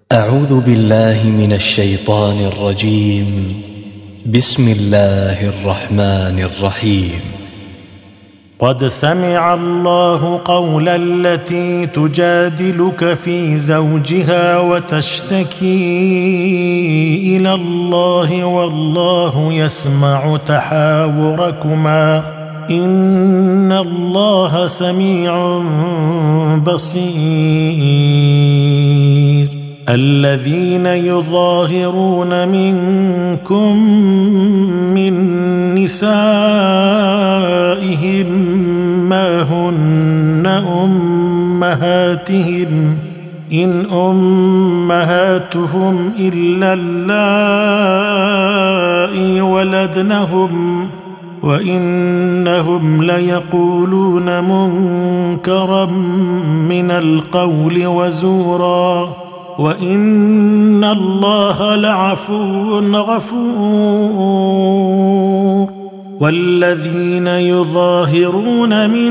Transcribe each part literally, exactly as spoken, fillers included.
أعوذ بالله من الشيطان الرجيم. بسم الله الرحمن الرحيم. قد سمع الله قول التي تجادلك في زوجها وتشتكي إلى الله والله يسمع تحاوركما إن الله سميع بصير. الذين يظاهرون منكم من نسائهم ما هن أمهاتهم إن أمهاتهم إلا اللائي ولدنهم وإنهم ليقولون منكرا من القول وزورا وإن الله لعفو غفور. والذين يظاهرون من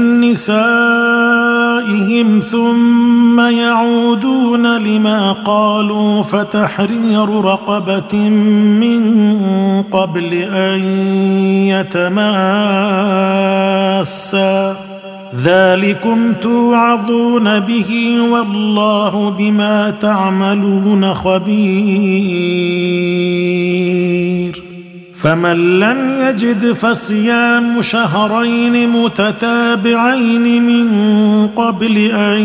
نسائهم ثم يعودون لما قالوا فتحرير رقبة من قبل أن يتماسا ذلكم توعظون به والله بما تعملون خبير. فمن لم يجد فصيام شهرين متتابعين من قبل أن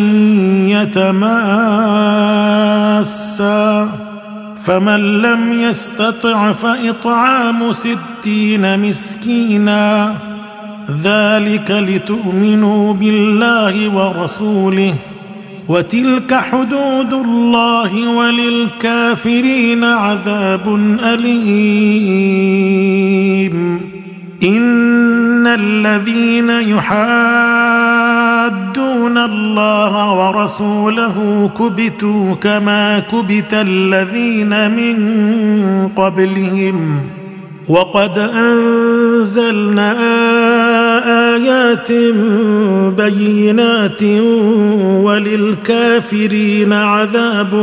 يتماسا فمن لم يستطع فإطعام ستين مسكينا ذلك لتؤمنوا بالله ورسوله وتلك حدود الله وللكافرين عذاب أليم. إن الذين يحادون الله ورسوله كبتوا كما كبت الذين من قبلهم وقد أنزلنا آيات بينات وللكافرين عذاب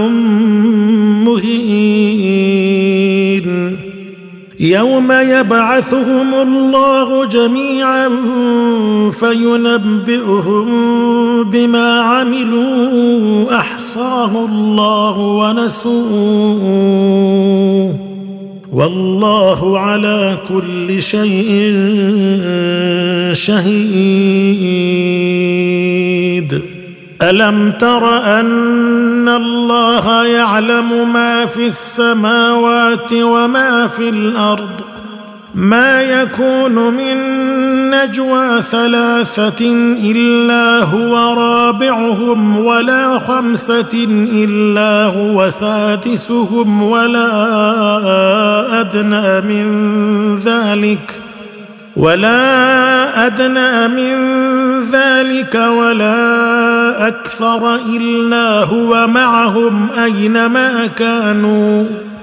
مهين. يوم يبعثهم الله جميعا فينبئهم بما عملوا أحصاه الله ونسوه والله على كل شيء شهيد. ألم تر أن الله يعلم ما في السماوات وما في الأرض ما يكون من نجوى ثلاثة إلا هو رابعهم ولا خمسة إلا هو سادسهم ولا أدنى من ذلك ولا أدنى من ذلك ولا أكثر إلا هو معهم أينما كانوا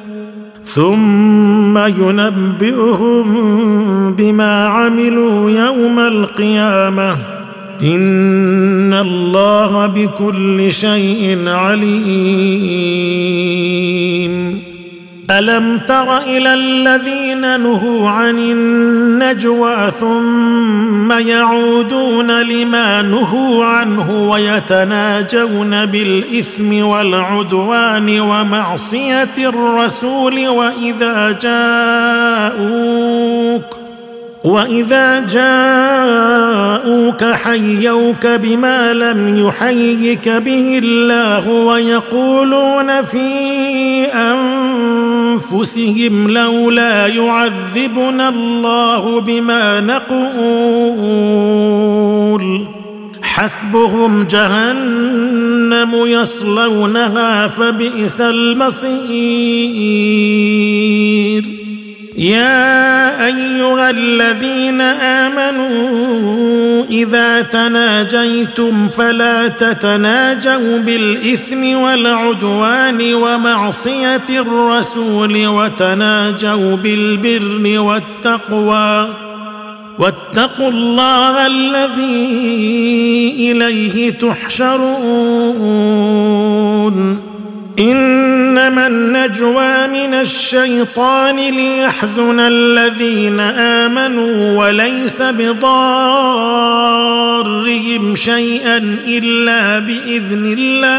ثم ينبئهم بما عملوا يوم القيامة إن الله بكل شيء عليم. ألم تر إلى الذين نهوا عن النجوى ثم يعودون لما نهوا عنه ويتناجون بالإثم والعدوان ومعصية الرسول وإذا جاءوك وإذا جاءوك حيوك بما لم يحيك به الله ويقولون في أنفسهم لولا يعذبنا الله بما نقول حسبهم جهنم يصلونها فبئس المصير. يا أيها الذين آمنوا إذا تناجيتم فلا تتناجوا بالإثم والعدوان ومعصية الرسول وتناجوا بالبر والتقوى واتقوا الله الذي إليه تحشرون. إنما النجوى من الشيطان ليحزن الذين آمنوا وليس بضارهم شيئا إلا بإذن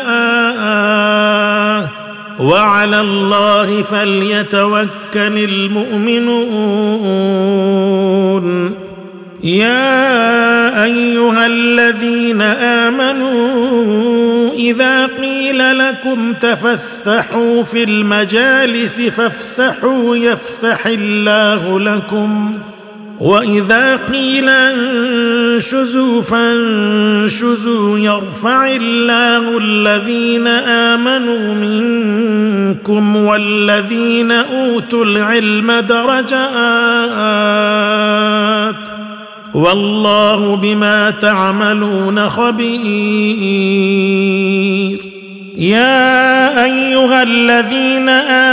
الله وعلى الله فليتوكل المؤمنون. يا أيها الذين آمنوا إذا قيل لكم تفسحوا في المجالس فافسحوا يفسح الله لكم وإذا قيل انشزوا فانشزوا يرفع الله الذين آمنوا منكم والذين أوتوا العلم درجات والله بما تعملون خبير. يا أيها الذين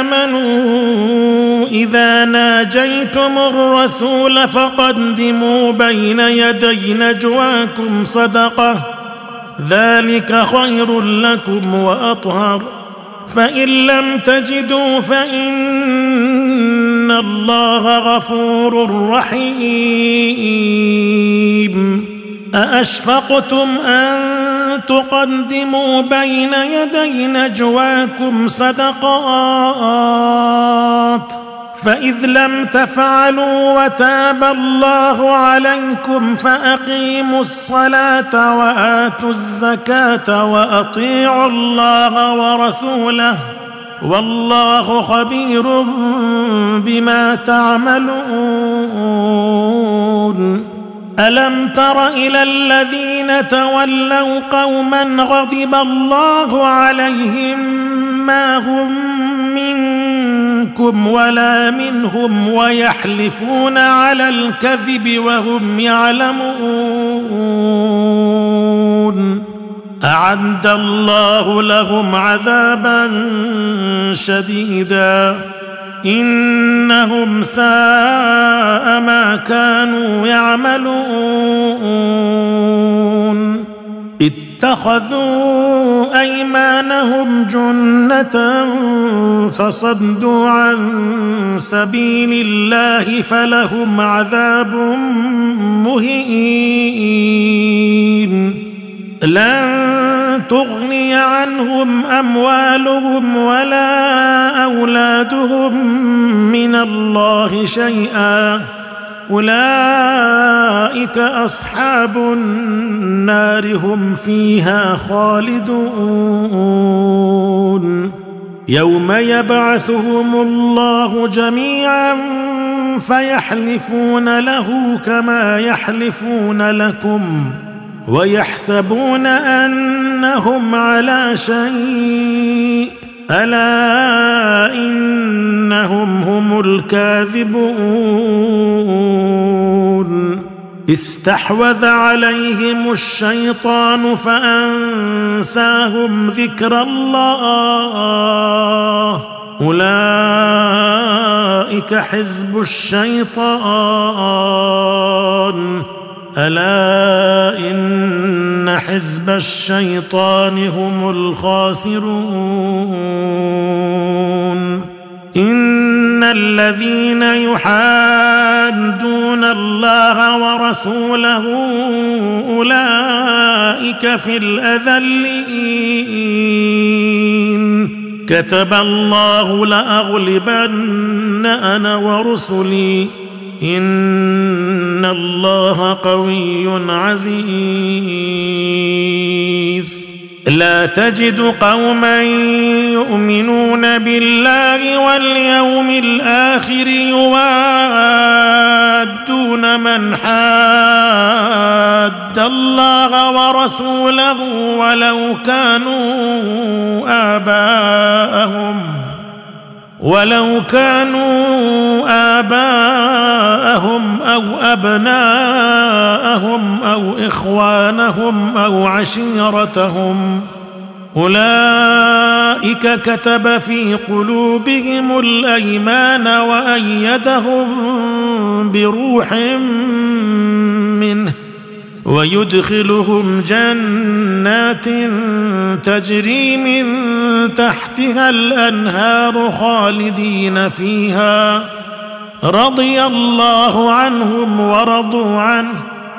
آمنوا إذا ناجيتم الرسول فقدموا بين يدي نجواكم صدقة ذلك خير لكم وأطهر فإن لم تجدوا فإن الله غفور رحيم. أأشفقتم أن تقدموا بين يدي نجواكم صدقات فإذ لم تفعلوا وتاب الله عليكم فأقيموا الصلاة وآتوا الزكاة وأطيعوا الله ورسوله والله خبير بما تعملون. ألم تر إلى الذين تولوا قوما غضب الله عليهم ما هم منكم ولا منهم ويحلفون على الكذب وهم يعلمون أعد الله لهم عذابا شديدا إنهم ساء ما كانوا يعملون. اتخذوا أيمانهم جنة فصدوا عن سبيل الله فلهم عذاب مهين. لن تغني عنهم أموالهم ولا أولادهم من الله شيئا أولئك أصحاب النار هم فيها خالدون. يوم يبعثهم الله جميعا فيحلفون له كما يحلفون لكم ويحسبون أنهم على شيء ألا إنهم هم الكاذبون. استحوذ عليهم الشيطان فأنساهم ذكر الله أولئك حزب الشيطان ألا إن حزب الشيطان هم الخاسرون. إن الذين يحادون الله ورسوله أولئك في الأذلين كتب الله لأغلبن أنا ورسلي إن الله قوي عزيز. لا تجد قوما يؤمنون بالله واليوم الآخر يوادون من حاد الله ورسوله ولو كانوا آباءهم ولو كانوا آباءهم أو أبناءهم أو إخوانهم أو عشيرتهم أولئك كتب في قلوبهم الأيمان وأيدهم بروح منه ويدخلهم جنات تجري من تحتها الأنهار خالدين فيها رضي الله عنهم ورضوا عنه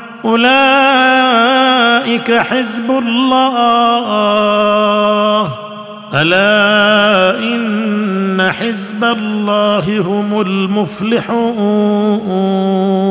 أولئك حزب الله ألا إن حزب الله هم المفلحون.